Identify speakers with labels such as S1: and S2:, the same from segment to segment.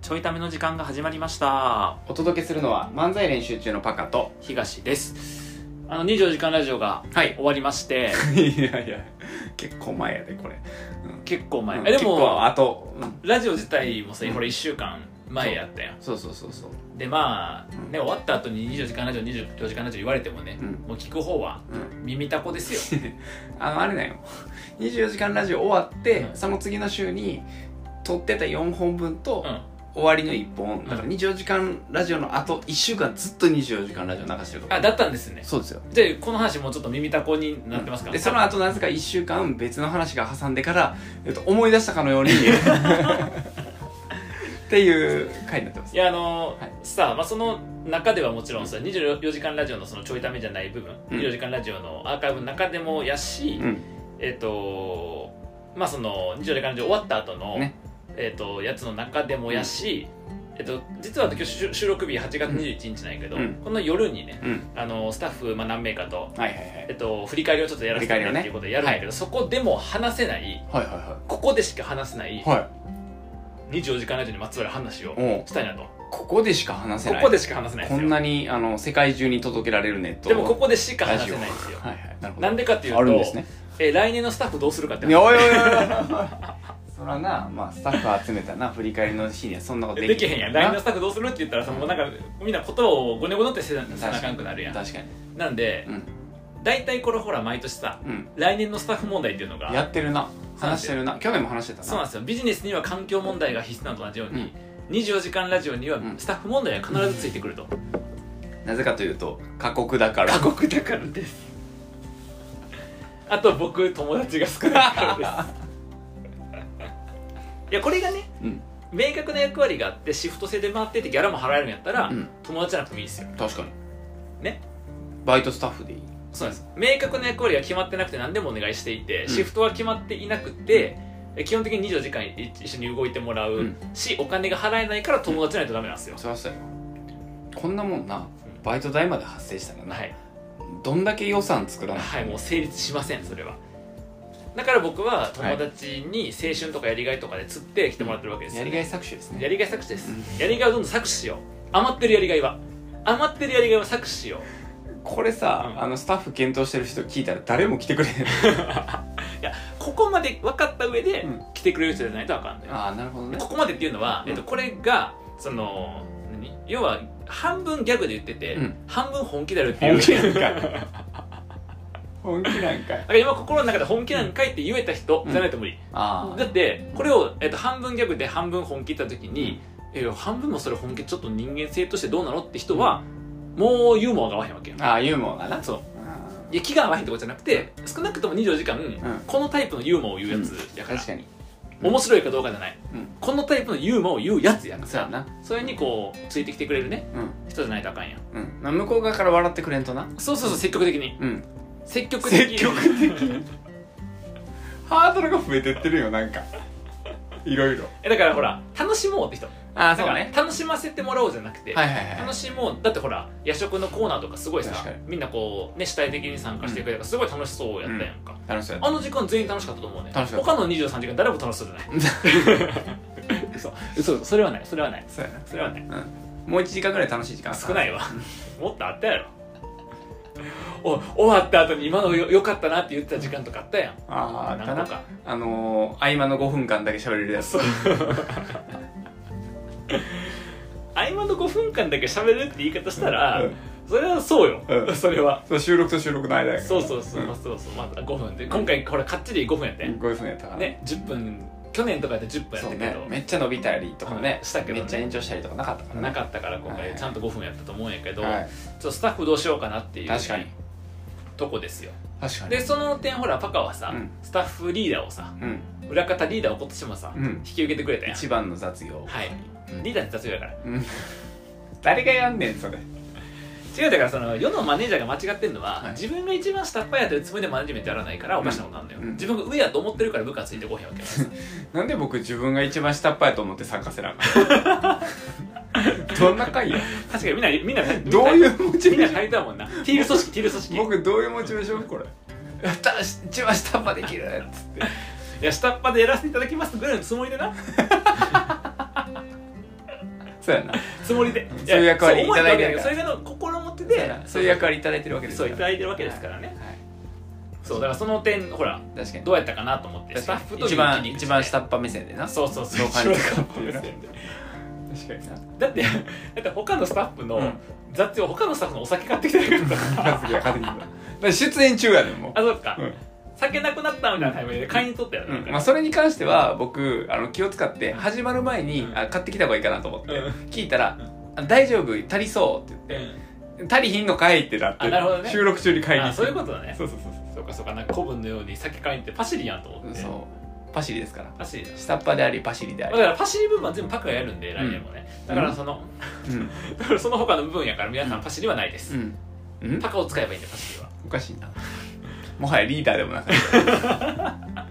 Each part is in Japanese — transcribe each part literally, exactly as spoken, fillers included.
S1: ちょいための時間が始まりました。
S2: お届けするのは漫才練習中のパカと
S1: 東です。あのにじゅうよじかんラジオが終わりまして、
S2: はい、いやいや結構前やでこれ、
S1: うん、結構前、
S2: うん、
S1: えでも
S2: あと、うん、
S1: ラジオ自体もさ、これいっしゅうかんまえやったやん。
S2: そうそうそうそう
S1: でまあ、うん、ね、終わった後ににじゅうよじかんラジオにじゅうよじかんラジオ言われてもね、うん、もう聞く方は耳たこですよ、うん、
S2: あのあれだよ、にじゅうよじかんラジオ終わって、うん、その次の週に撮ってたよんほんぶんと、うん、終わりのいっぽんだからにじゅうよじかんラジオのあといっしゅうかんずっとにじゅうよじかんラジオ流してるとか。
S1: あ、だったんですね。
S2: そうですよ。
S1: じゃあこの話もちょっと耳たこになってますか、
S2: うん、でその後なぜかいっしゅうかん別の話が挟んでから、えっと、思い出したかのようにっていう回になってます。
S1: いやあのーはい、さあ、まあ、その中ではもちろんさ、うん、にじゅうよじかんラジオのそのちょいためじゃない部分、うん、にじゅうよじかんラジオのアーカイブの中でもやし、うん、えっ、ー、とまあそのにじゅうよじかんラジオ終わった後の、ね、えー、とやつの中でもやし、うん、えっと、実は今日収録日はちがつにじゅういちにちなんやけど、うん、この夜にね、うん、あのスタッフ、まあ、何名かと、はいはいはい、えっと、振り返りをちょっとやらせてねっていうことでやるんだけど、はい、そこでも話せない、はいはいはい、ここでしか話せない、はい、にじゅうよじかんラジオにまつわる話をしたいなと。
S2: ここでしか話せない、
S1: ここでしか話せないですよ。
S2: こんなにあの世界中に届けられるネット
S1: でもここでしか話せないんですよ、はいはい、なるほど。なんでかっていうと、
S2: あるんですね。
S1: えー、来年のスタッフどうするかって話。
S2: いやおいおいおいそらな、まあ、スタッフ集めたな振り返りの日にはそんなことできへん
S1: できへんやん。来年のスタッフどうするって言ったらさ、もうなんかみんな言葉をごねごねってせなあかんくなるやん。
S2: 確かに。
S1: なんで、うん、大体これほら毎年さ、うん、来年のスタッフ問題っていうのが
S2: やってるな、話してるな。去年も話してたな。
S1: そうなんですよ。ビジネスには環境問題が必須なのと同じように、うん、にじゅうよじかんラジオにはスタッフ問題が必ずついてくると、
S2: うん、なぜかというと過酷だから。
S1: 過酷だからです。あと僕友達が少ないからですいやこれがね、うん、明確な役割があってシフト制で回っててギャラも払えるんやったら、うん、友達じゃなくてもいいですよ。
S2: 確かにね。
S1: バ
S2: イトスタッフでいい。
S1: そうです。明確な役割が決まってなくて何でもお願いしていて、うん、シフトは決まっていなくて、うん、基本的ににじゅうよじかん一緒に動いてもらう、うん、しお金が払えないから友達じゃないとダメなんですよ、うん、
S2: そうそう。こんなもんな、バイト代まで発生したらな、はい、どんだけ予算作らない。
S1: はい、もう成立しませんそれは。だから僕は友達に青春とかやりがいとかで釣って来てもらってるわけですよ、
S2: ね、やりがい搾取ですね。
S1: やりがい搾取です、うん、やりがいをどんどん搾取しよう。余ってるやりがいは余ってるやりがいは搾取しよう。
S2: これさ、うん、あのスタッフ検討してる人聞いたら誰も来てくれへんい
S1: やここまで分かった上で来てくれる人じゃないと分かんない、うん、
S2: ああなるほどね。
S1: ここまでっていうのは、えっと、これがその何要は半分ギャグで言ってて、うん、半分本気でやるっていう。
S2: 本気なんか本気なんかい。
S1: だから今心の中で本気なんかいって言えた人じゃないと無理、うん、あだってこれを、えっと、半分ギャグで半分本気って言った時に、うん、え半分もそれ本気ちょっと人間性としてどうなのって人は、うん、もうユーモアが合わへんわけよ。
S2: ああユーモアがな。
S1: そういや気が合わへんってことじゃなくて、少なくともにじゅうよじかん、うん、このタイプのユーモアを言うやつやから、うん、確かに面白いかどうかじゃない、うん、このタイプのユーモアを言うやつやからさ、なそれにこうついてきてくれるね、うん、人じゃないとあかんやん、
S2: うんまあ、向こう側から笑ってくれんとな。
S1: そうそうそう、積極的に、うん、積極的に
S2: 積極的にハードルが増えてってるよなんかいろいろ。
S1: だからほら楽しもうって人。
S2: ああそうだね。
S1: 楽しませてもらおうじゃなくて、はいはいはい、楽しもう。だってほら夜食のコーナーとかすごいさ、みんなこうね主体的に参加してくれたからすごい楽しそうやったやんか、うん、楽しそうやった。あの時間全員楽しかったと思うね。楽しかった。他のにじゅうさんじかん誰も楽しそうじゃない嘘嘘それはないそれはない
S2: そうやな
S1: それはない、うん、
S2: もういちじかんぐらい楽しい時間
S1: 少ないわもっとあったやろお終わった後に今の よ, よかったなって言ってた時間とかあったやん。
S2: ああなんかあのー、合間のごふんかんだけ喋れるやつ
S1: 合間のごふんかんだけ喋るって言い方したら、うん、それはそうよ、うん、それは
S2: そう収録と収録の間やから。
S1: そうそうそう、うん、まあ、そうそうまあ、ごふんで今回これかっちりごふんやってん。
S2: ごふんやったから
S1: ね。じゅっぷん去年とかでじゅっぷんやったけど、
S2: ね、めっちゃ伸びたりとかね、
S1: うん、したけど、ね、
S2: めっちゃ延長したりとかなかったから、ね、
S1: なかったから今回ちゃんとごふんやったと思うんやけど、はい、ちょっとスタッフどうしようかなっていう、
S2: 確かに
S1: とこですよ。
S2: 確かに。
S1: でその点ほらパカはさ、うん、スタッフリーダーをさ、うん、裏方リーダーを今年もさ、うん、引き受けてくれたやん。
S2: 一番の雑用。
S1: はい、うん、リーダーって雑用やから、うん、
S2: 誰がやんねんそれ。
S1: 違う、だからその世のマネージャーが間違ってるのは、はい、自分が一番下っ端やってるつもりでマネジメントやらないからおかしなことなんだよ、うん、自分が上やと思ってるから部下ついてこへんわけなんです。
S2: なんで僕自分が一番下っ端やと思って参加せなあかんどんな会や。
S1: 確かにみんなみんな
S2: どういうモチベーション。
S1: みんな書いたもんな。ティール組織ティール組織。
S2: 僕どういうモチベーションこれ。やった一番下っ端できるっつって。
S1: いや下っ端でやらせていただきますぐらいのつもりでな。
S2: そうやな
S1: つもりで
S2: そういう役割いただいてる
S1: からそれの心持ってで
S2: そういう役割いただいてるわけです
S1: からそういただいてるわけですからね、はいはい、そうだからその点ほら
S2: 確かに
S1: どうやったかなと思ってスタッフと
S2: 一番一番下っ端目線でな
S1: そうそうそう
S2: 一番下っ端目線で
S1: 確かになだってだって他のスタッフの雑用、うん、他のスタッフのお酒買ってきてるから買ってきた
S2: 出演中やねんもう
S1: あそっか、うん酒なくなったみたいなタイミングで買いに取ったよね、
S2: うんまあ、それに関しては僕あの気を使って始まる前に、うん、あ買ってきた方がいいかなと思って、うん、聞いたら、うん、大丈夫足りそうって言って、うん、足りひんのかいってなってなるほど、ね、収録中に買いに行って
S1: そういうことだね
S2: そうそうそう
S1: そうかそうかなんか古文のように酒買いに行ってパシリやんと思って
S2: そうパシリですから
S1: パシリ
S2: 下っ端でありパシリであり
S1: だからパシリ部分は全部パクがやるんで来年もね、うん、だからその、うん、だからその他の部分やから皆さんパシリはないです、うんうん、パカを使えばいいんでパシリは
S2: おかしいなもはやリーダーでもなかった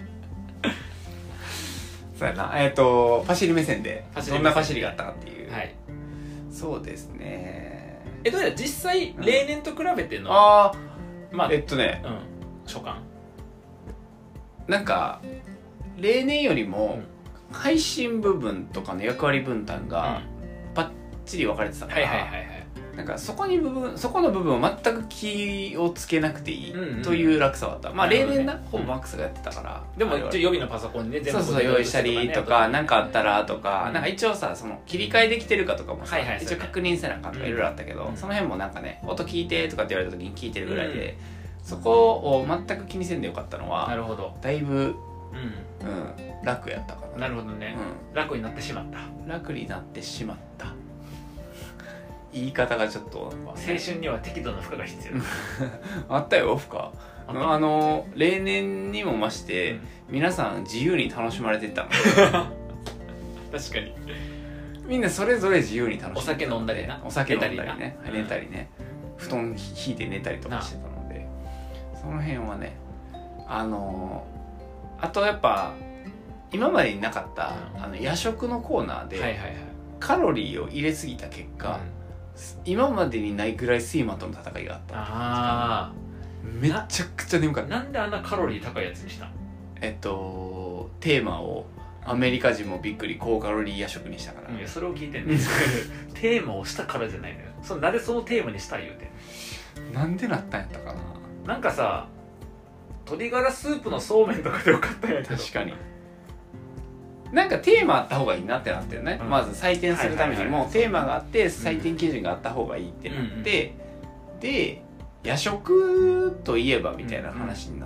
S2: そうやなえっ、ー、とパシリ目線でどんなパシリがあったかっていう、はい、そうですね
S1: えどうやら実際、うん、例年と比べての
S2: あまあえっとね、
S1: うん、所感
S2: なんか例年よりも、うん、配信部分とかの役割分担がバッチリ分かれてたから、はいはいはいはいなんかそこに部分そこの部分を全く気をつけなくていいという楽さはあった、うんうん、まあ例年な、ね、ほぼマックスがやってたから、
S1: うん、でも一応予備のパソコンにね
S2: 全部そうそう用意したりとか何かあったらとか、うん、なんか一応さその切り替えできてるかとかもさ、はいはい、一応確認せなあかんとかいろいろあったけど、うん、その辺もなんかね音聞いてとかって言われた時に聞いてるぐらいで、うん、そこを全く気にせんでよかったのは
S1: なるほど
S2: だいぶ、うん
S1: うん、
S2: 楽やったかな。
S1: なるほどね、うん、楽になってしまった
S2: 楽になってしまった言い方がちょっと
S1: 青春には適度な負荷が必要
S2: あったよ負荷あの例年にも増して、うん、皆さん自由に楽しまれてたの
S1: 確かに
S2: みんなそれぞれ自由に楽しんで
S1: お酒飲んだりな
S2: お酒飲んだりね寝たりね、うん、布団引いて寝たりとかしてたのでその辺はねあのあとやっぱ今までになかった、うん、あの夜食のコーナーで、はいはいはい、カロリーを入れすぎた結果、うん今までにないぐらい睡魔との戦いがあった
S1: あ
S2: めちゃくちゃ眠かった
S1: な, なんであんなカロリー高いやつにしたの
S2: えっとテーマをアメリカ人もびっくり高カロリー夜食にしたから、
S1: うん、いやそれを聞いてんねテーマをしたからじゃないのよそのなんでそのテーマにしたい言うてん
S2: なんでなったんやったかな
S1: なんかさ鶏ガラスープのそうめんとかでよかったんやけど
S2: 確かになんかテーマあった方がいいなってなってるね、うん、まず採点するためにもテーマがあって採点基準があった方がいいってなって、うん、で夜食といえばみたいな話になって、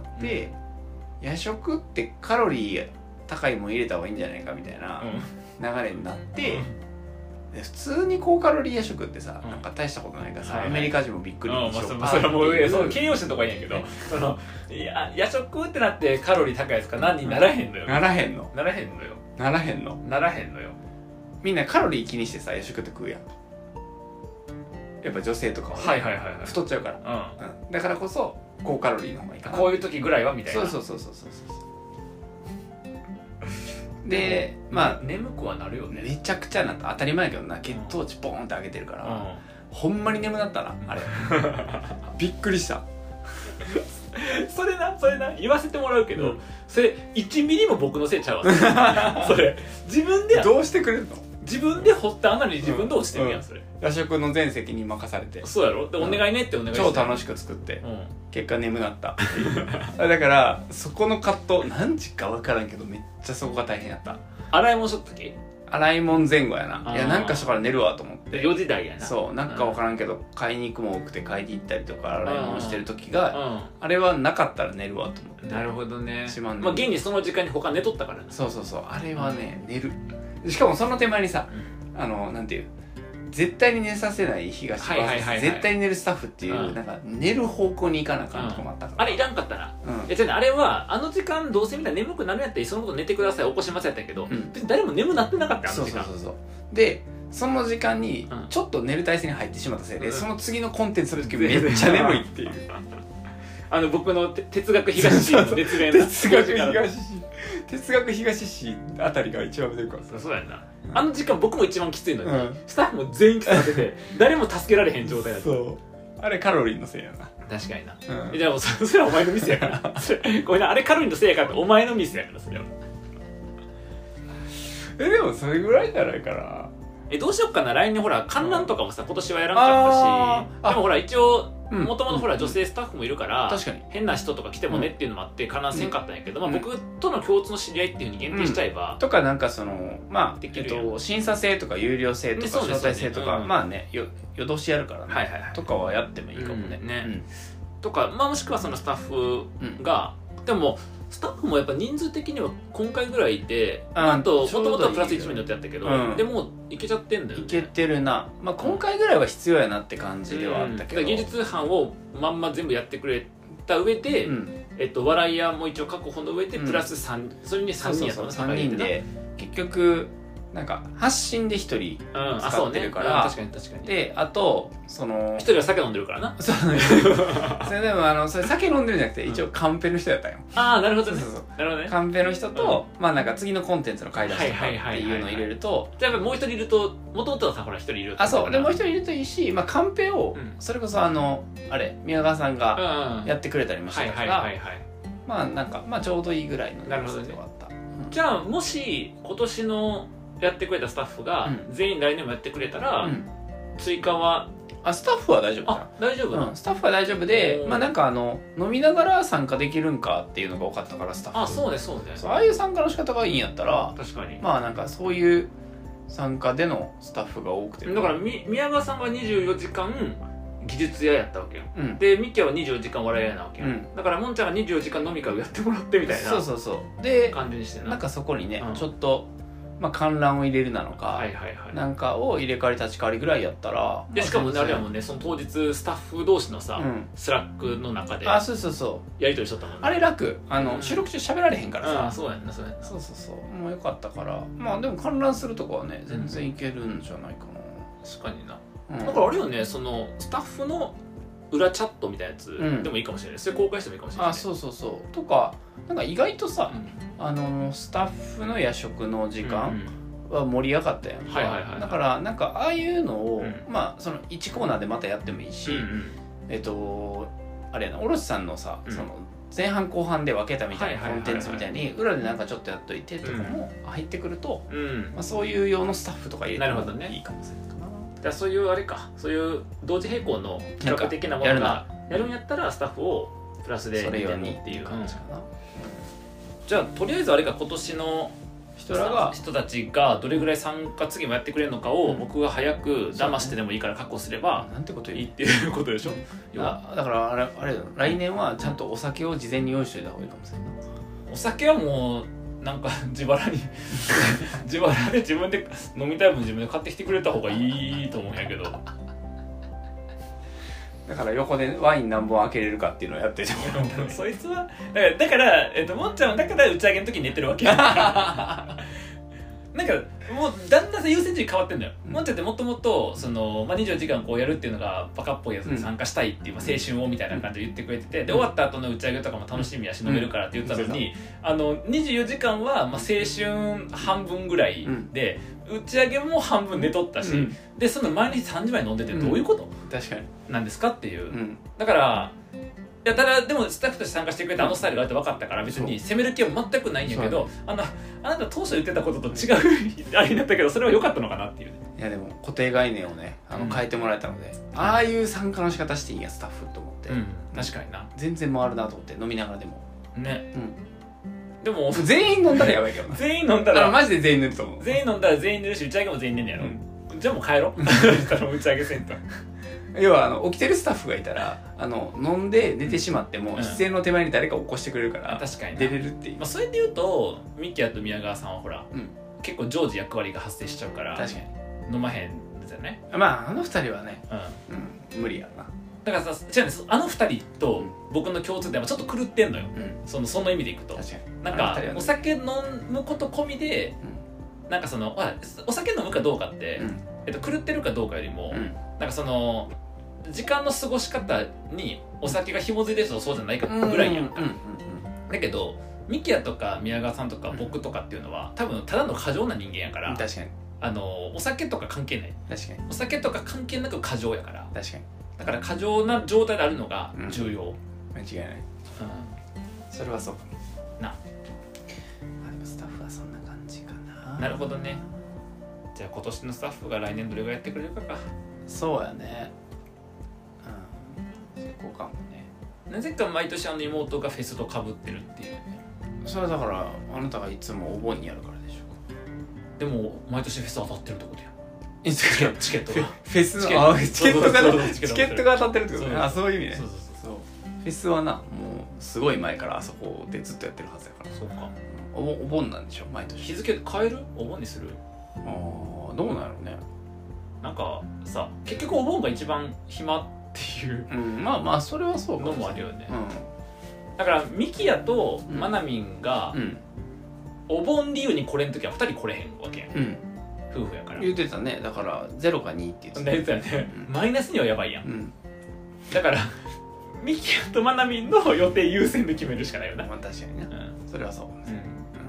S2: うん、夜食ってカロリー高いもん入れた方がいいんじゃないかみたいな流れになって、で普通に高カロリー夜食ってさ、なんか大したことないからさ、はいはい、アメリカ人もびっくりでしょ、
S1: うんまあ、それはもうその形容詞とかいいんやけどそのいや夜食ってなってカロリー高いやつか何にならへんのよ、
S2: ならへんの
S1: ならへんのよ
S2: ならへんの
S1: ならへんのよ
S2: みんなカロリー気にしてさ夜食って食うやんやっぱ女性とかは、ね、はいはいはいはい、太っちゃうから、うんうん、だからこそ高カロリーの方がいいかな
S1: こういう時ぐらいはみたいな
S2: そうそうそうそうそうそうでまあ
S1: 眠くはなるよね
S2: めちゃくちゃなった当たり前やけどな血糖値ボーンって上げてるから、うん、ほんまに眠なったなあれびっくりした
S1: それなそれな言わせてもらうけど、うん、それいちミリも僕のせいちゃうわそれ自分で
S2: どうしてくれるの
S1: 自分で掘った穴に自分で落ちてるやん、うん、それ
S2: 夜食の全責任任されて
S1: そうやろで、うん、お願いねってお願いして
S2: 超楽しく作って、うん、結果眠なっただからそこの葛藤何時か分からんけどめっちゃそこが大変やった
S1: 洗い物しとった時
S2: 洗い物前後やな。いやなんかしたから寝るわと思って
S1: よじ台やな。
S2: そうなんか分からんけど買いに行くも多くて買いに行ったりとか洗い物してる時があれはなかったら寝るわと思って。
S1: なるほどね。
S2: しまんね。
S1: まあ現にその時間に他寝とったからね。
S2: そうそうそうあれはね、うん、寝るしかもその手前にさ、うん、あのなんていう絶対に寝させない東は、はいはいはいはい、絶対に寝るスタッフっていう、うん、なんか寝る方向に行かなあかんとこもあったから、
S1: うん、あれいらんかったな、うん、えじゃああれはあの時間どうせみんな眠くなるんやったらそのこと寝てください起こしますやったけど、うん、別に誰も眠なってなかったあの時間。そうそうそうそうでその時間にちょっと寝る体勢に入ってしまったせいで、うん、その次のコンテンツする時めっちゃ眠いっていうあの僕の哲学東市の熱弁
S2: 哲学東市哲学東市あたりが一番出るから
S1: そうそうやんな、うん、あの時間僕も一番きついのに、うん、スタッフも全員きつくて誰も助けられへん状態だった。
S2: そうあれカロリーのせいやな。
S1: 確かにな、うん、じゃあもうそれはお前のミスやからごめんなあれカロリーのせいやからってお前のミスやからそれは
S2: えでもそれぐらいじゃないかな。
S1: えどうしよっかな、来年ほら観覧とかもさ今年はやらんかったし、でもほら一応もともとほら女性スタッフもいるから、
S2: 確かに
S1: 変な人とか来てもねっていうのもあって観覧せんかったんやけど、まあ、僕との共通の知り合いっていうふうに限定しちゃえば、
S2: とかなんかそのまあ
S1: できるやん
S2: えっと審査制とか有料制とか招待制とか、まあねよ夜通しやるからね、
S1: はいはいはい、
S2: とかはやってもいいかもね。
S1: うんねとか、まあ、もしくはそのスタッフが、でもスタッフもやっぱ人数的には今回ぐらいで、
S2: あ
S1: あともともとはプラス
S2: ちょうどいい
S1: いち名によってやったけど、
S2: うん
S1: でもいけちゃってんだよね。
S2: いけてるな、まあ、今回ぐらいは必要やなって感じではあったけど、
S1: うん、技術班をまんま全部やってくれた上で、
S2: うん
S1: えっと、笑い屋も一応確保の上で
S2: うん
S1: プラスさん、それにさんにんやったの
S2: さんにんで結局なんか発信でひとり
S1: うん、あ
S2: 使
S1: そうね、
S2: ってるから、
S1: うん確かに確かに
S2: であとその
S1: 一人は酒飲んでるからな。
S2: そうそれでもあのそれ酒飲んでるんじゃなくて一応カンペの人やったんよ。
S1: ああなるほどね、
S2: そうそう
S1: なるほどね。
S2: カンペの人と、まあなんか次のコンテンツの買い出しとかっていうのを入れると、
S1: じゃあやっぱもう一人いると、もともとはさほら一人いる
S2: あそうでもう一
S1: 人
S2: 人いるといいし、まあ、カンペを
S1: うん
S2: それこそあのあれ宮川さんが
S1: や
S2: やってくれたりもし
S1: はい
S2: たから、
S1: はいはいはい。
S2: まあなんかまあちょうどいいぐらいの
S1: なるほどね
S2: で終わった。
S1: じゃあもし今年のやってくれたスタッフが
S2: うん
S1: 全員来年もやってくれたら、
S2: うん
S1: 追加は
S2: あスタッフは大丈夫
S1: あ大丈夫なの、
S2: だうん、スタッフは大丈夫で
S1: おー
S2: まあなんかあの飲みながら参加できるんかっていうのが多かったからスタッフ
S1: あそうねそうね
S2: そうああいう参加の仕方がいいんやったら
S1: 確かに、
S2: まあなんかそういう参加でのスタッフが多くて
S1: だからみ宮川さんがにじゅうよじかん技術屋やったわけよ
S2: うん
S1: でミキヤはにじゅうよじかん笑い屋なわけよ、
S2: うん
S1: だからもんちゃんがにじゅうよじかん飲み会をやってもらってみたいな
S2: そうそうそうで
S1: 感じにしてな
S2: なんかそこにね、
S1: うん
S2: ちょっとまあ観覧を入れるなのか、
S1: はいはいはい
S2: なんかを入れ替わり立ち替わりぐらいやったら
S1: でしかも
S2: ま
S1: あれやもんねその当日スタッフ同士のさ、
S2: うん
S1: スラックの中で
S2: あそうそうそう
S1: やり取りしとったもんね
S2: あれ楽あの、
S1: うん
S2: 収録中喋られへんからさ、
S1: あそうやんなそうやんな
S2: そうそうそうもうよかったからまあでも観覧するとこはね全然いけるんじゃないか
S1: 確かにな、
S2: な、うん、
S1: だからあれよねそのスタッフの裏チャットみたいなやつ
S2: ん
S1: でもいいかもしれない、それ公開してもいいかもしれない、
S2: あそうそうそうとかなんか意外とさ、
S1: うん
S2: あのスタッフの夜食の時
S1: うん
S2: 間は盛り上がったやんか、
S1: はいはいはい
S2: だからなんかああいうのを、
S1: うん
S2: まあそのいちコーナーでまたやってもいいし、
S1: うんうん
S2: えっとあれやなおろしさんのさ、
S1: うん
S2: その前半後半で分けたみたいな
S1: はいはいはいはい
S2: コンテンツみたいに裏でなんかちょっとやっといてとかも入ってくると、
S1: うん
S2: まあ、そういう用のスタッフとか入れて
S1: なるほどね
S2: いいかもしれないかな。
S1: じゃあそういうあれかそういう同時並行の企画的なものがやるんやったらスタッフをプラスで
S2: それ用に
S1: 入れても
S2: っていう感じかな、
S1: じゃあとりあえずあれか今年の
S2: 人らが
S1: 人たちがどれぐらい参加次もやってくれるのかを
S2: うん
S1: 僕が早く騙してでもいいから確保すれば
S2: なんてこと言う
S1: いいっていうことでしょ要は
S2: あだからあれあれだよ来年はちゃんとお酒を事前に用意しておいた方がいいかもしれない
S1: お酒はもうなんか自腹に自腹で自分で飲みたい分自分で買ってきてくれた方がいいと思うんやけど
S2: だから横でワイン何本開けれるかっていうのをやっててもらったら
S1: そいつはだからだから、えっと、もっちゃんはだから打ち上げの時に寝てるわけなんかもうだんだんさ優先順位変わってんだよ、
S2: うん
S1: もっちゃんってもともとその、まあ、にじゅうよじかんこうやるっていうのがバカっぽいやつに参加したいっていう、まあ、青春をみたいな感じで言ってくれてて、で終わった後の打ち上げとかも楽しみやし飲めるからって言ったのに、あのにじゅうよじかんはまあ青春半分ぐらいで、打ち上げも半分寝とったし、
S2: うん
S1: でその毎日さんじまで飲んでてどういうこと、
S2: 確かに、
S1: なんですかっていう、
S2: うん、
S1: だからいやただでもスタッフとして参加してくれたあのスタイルがあって分かったから別に責める気は全くないんやけど、あのあなた当初言ってたことと違うあれになったけどそれは良かったのかなっていうね。
S2: いやでも固定概念をねあ
S1: うん
S2: の変えてもらえたので、ああいう参加の仕方していいんやスタッフと思って、
S1: うん、確かにな
S2: 全然回るなと思って飲みながらでも、
S1: ね、
S2: うん、
S1: でも
S2: 全員飲んだらやばいけどな
S1: 全員飲んだ
S2: あの
S1: ら
S2: マジで全員寝ると思う
S1: 全員飲んだら全員寝るし打ち上げも全員寝んねやろ、
S2: うん
S1: じゃあもう帰ろう打ち上げせんと
S2: 要はあの起きてるスタッフがいたらあの飲んで寝てしまっても、
S1: うん
S2: 出演の手前に誰か起こしてくれるから
S1: 確かにな
S2: 出れるっていう、
S1: まあ、それで言うとミキヤと宮川さんはほら、
S2: うん
S1: 結構常時役割が発生しちゃうから
S2: 確か
S1: 飲まへんですよね、
S2: にまああの二人はね、
S1: うん、
S2: うん、無理やな、
S1: だからさ違うんですあの二人と僕の共通点はちょっと狂ってんのよ、
S2: うん、
S1: そのその意味でいくと
S2: 確かに
S1: なんか
S2: あの二人はね
S1: お酒飲むこと込みでなんかその、まあ、お酒飲むかどうかって、
S2: うん
S1: えっと、狂ってるかどうかよりも、
S2: うん
S1: なんかその時間の過ごし方にお酒が紐づいてるとそうじゃないかぐらいやんか、
S2: うんうん
S1: だけどミキヤとか宮川さんとか僕とかっていうのは多分ただの過剰な人間やから、
S2: うん、確かに
S1: あのお酒とか関係ない
S2: 確かに
S1: お酒とか関係なく過剰やから
S2: 確かに
S1: だから過剰な状態であるのが重要、うん
S2: 間違いないそれはそうかも
S1: な
S2: あでもスタッフはそんな感じかな
S1: なるほどねじゃあ今年のスタッフが来年どれぐらいやってくれるかか。
S2: そうやね、うん、そこかもね。
S1: なぜか毎年あの妹がフェスと被ってるっていうね。
S2: それはだからあなたがいつもお盆にやるからでしょ。
S1: でも毎年フェス当たってるってことや。
S2: チ
S1: ケットチケットが
S2: フェスの
S1: チケット
S2: チケットが
S1: そうそうそう
S2: チケットが当たってるってことね。あ、そういう意味ね。
S1: そうそう
S2: そうフェスはな、もうすごい前からあそこでずっとやってるはずやから。
S1: そうか。
S2: お盆お盆なんでしょ毎年。
S1: 日付変える？お盆にする？
S2: ああ、どうなるね。
S1: なんかさ、結局お盆が一番暇っていう、
S2: うん、まあまあそれはそうか
S1: のもあるよね。うん、だからミキヤとマナミンが、うん、お盆理由に来れんときはふたり来れへんわけやん。うん、夫婦やから。
S2: 言ってたね。だからゼロかにって言ってた。
S1: 言ってたよね、うん。マイナスにはやばいやん。うん、だからミキヤとマナミンの予定優先で決めるしかないよな。
S2: まあ確かにね。うん、それはそう。うん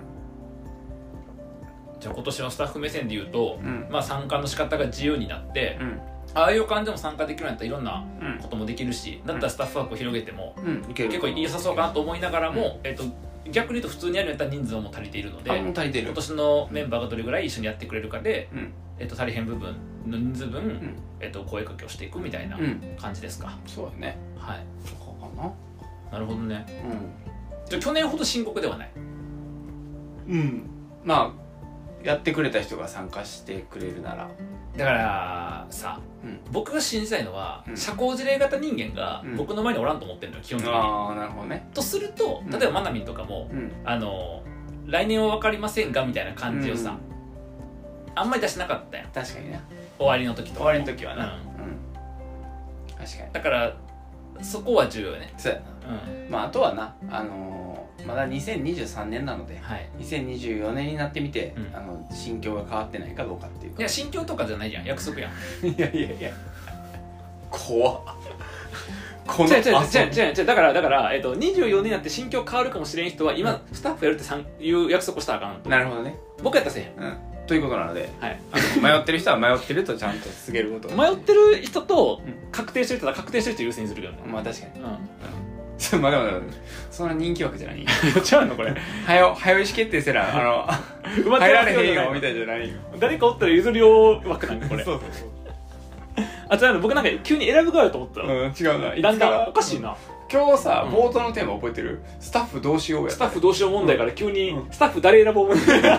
S1: じゃあ今年のスタッフ目線で言うと、うん、まあ参加の仕方が自由になって、うん、ああいう感じでも参加できるようになったらいろんなこともできるし、うん、だったらスタッフ枠を広げても、うん、結構良さそうかなと思いながらも、うんえっと、逆に言うと普通にやるんやったら人数も足りているので、
S2: もう足りてる。
S1: 今年のメンバーがどれぐらい一緒にやってくれるかで、うんえっと、足りへん部分の人数分、うんえっと、声かけをしていくみたいな感じですか。
S2: うん、そうだね。
S1: はい。
S2: そうかな。
S1: なるほどね。うん、じゃあ去年ほど深刻ではない。
S2: うん。まあやってくれた人が参加してくれるなら。
S1: だからさ、うん、僕が信じたいのは、うん、社交辞令型人間が僕の前におらんと思ってるのよ、基本的に。
S2: ああ、なるほどね。
S1: とすると例えばマナミンとかも、うん、あの来年は分かりませんがみたいな感じをさ、うん、あんまり出してなかったやん。
S2: 確かにね。
S1: 終わりの時とか
S2: 終わりの時はな、うんうん、確かに。
S1: だからそこは重要よね。
S2: そうやな、うん、まああとはな、あのーまだにせんにじゅうさんねんなので、はい、にせんにじゅうよねんになってみて、うん、あの心境が変わってないかどうかっていうか。
S1: いや心境とかじゃないじゃん、約束やん。
S2: いやいやいや怖っ。この
S1: 違う違う違う違う違うだからだから、えっと、にじゅうよねんになって心境変わるかもしれん人は今、うん、スタッフやるってさんいう約束したらあかんと。
S2: なるほどね。
S1: 僕やったらせえへん、
S2: うん、ということなので、はい、あの迷ってる人は迷ってるとちゃんと告げること。
S1: 迷ってる人と確定してる人は確定してる人優先するけどね。
S2: まあ確かに、うんうんそうまだまだそんな人気枠じゃない。
S1: ちゃうのこれ。
S2: はよはよ意思決定せらあの入られへんよみたいじゃないよ。
S1: 誰かおったら譲りよう枠なんかこれ。そうそうそう。あ違うの僕なんか急に選ぶ側やと思ったら。
S2: うん違うな。
S1: だんだんおかしいな。
S2: 今日さ、うん、冒頭のテーマ覚えてる？スタッフどうしようや。
S1: スタッフどうしよう問題から急に、うん、スタッフ誰選ぼう問題。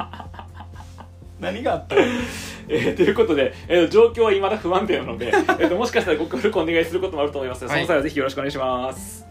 S2: 何があったの？
S1: えー、ということで、えー、状況は未だ不安定なので、えー、ともしかしたらご協力お願いすることもあると思いますので、その際はぜひよろしくお願いします。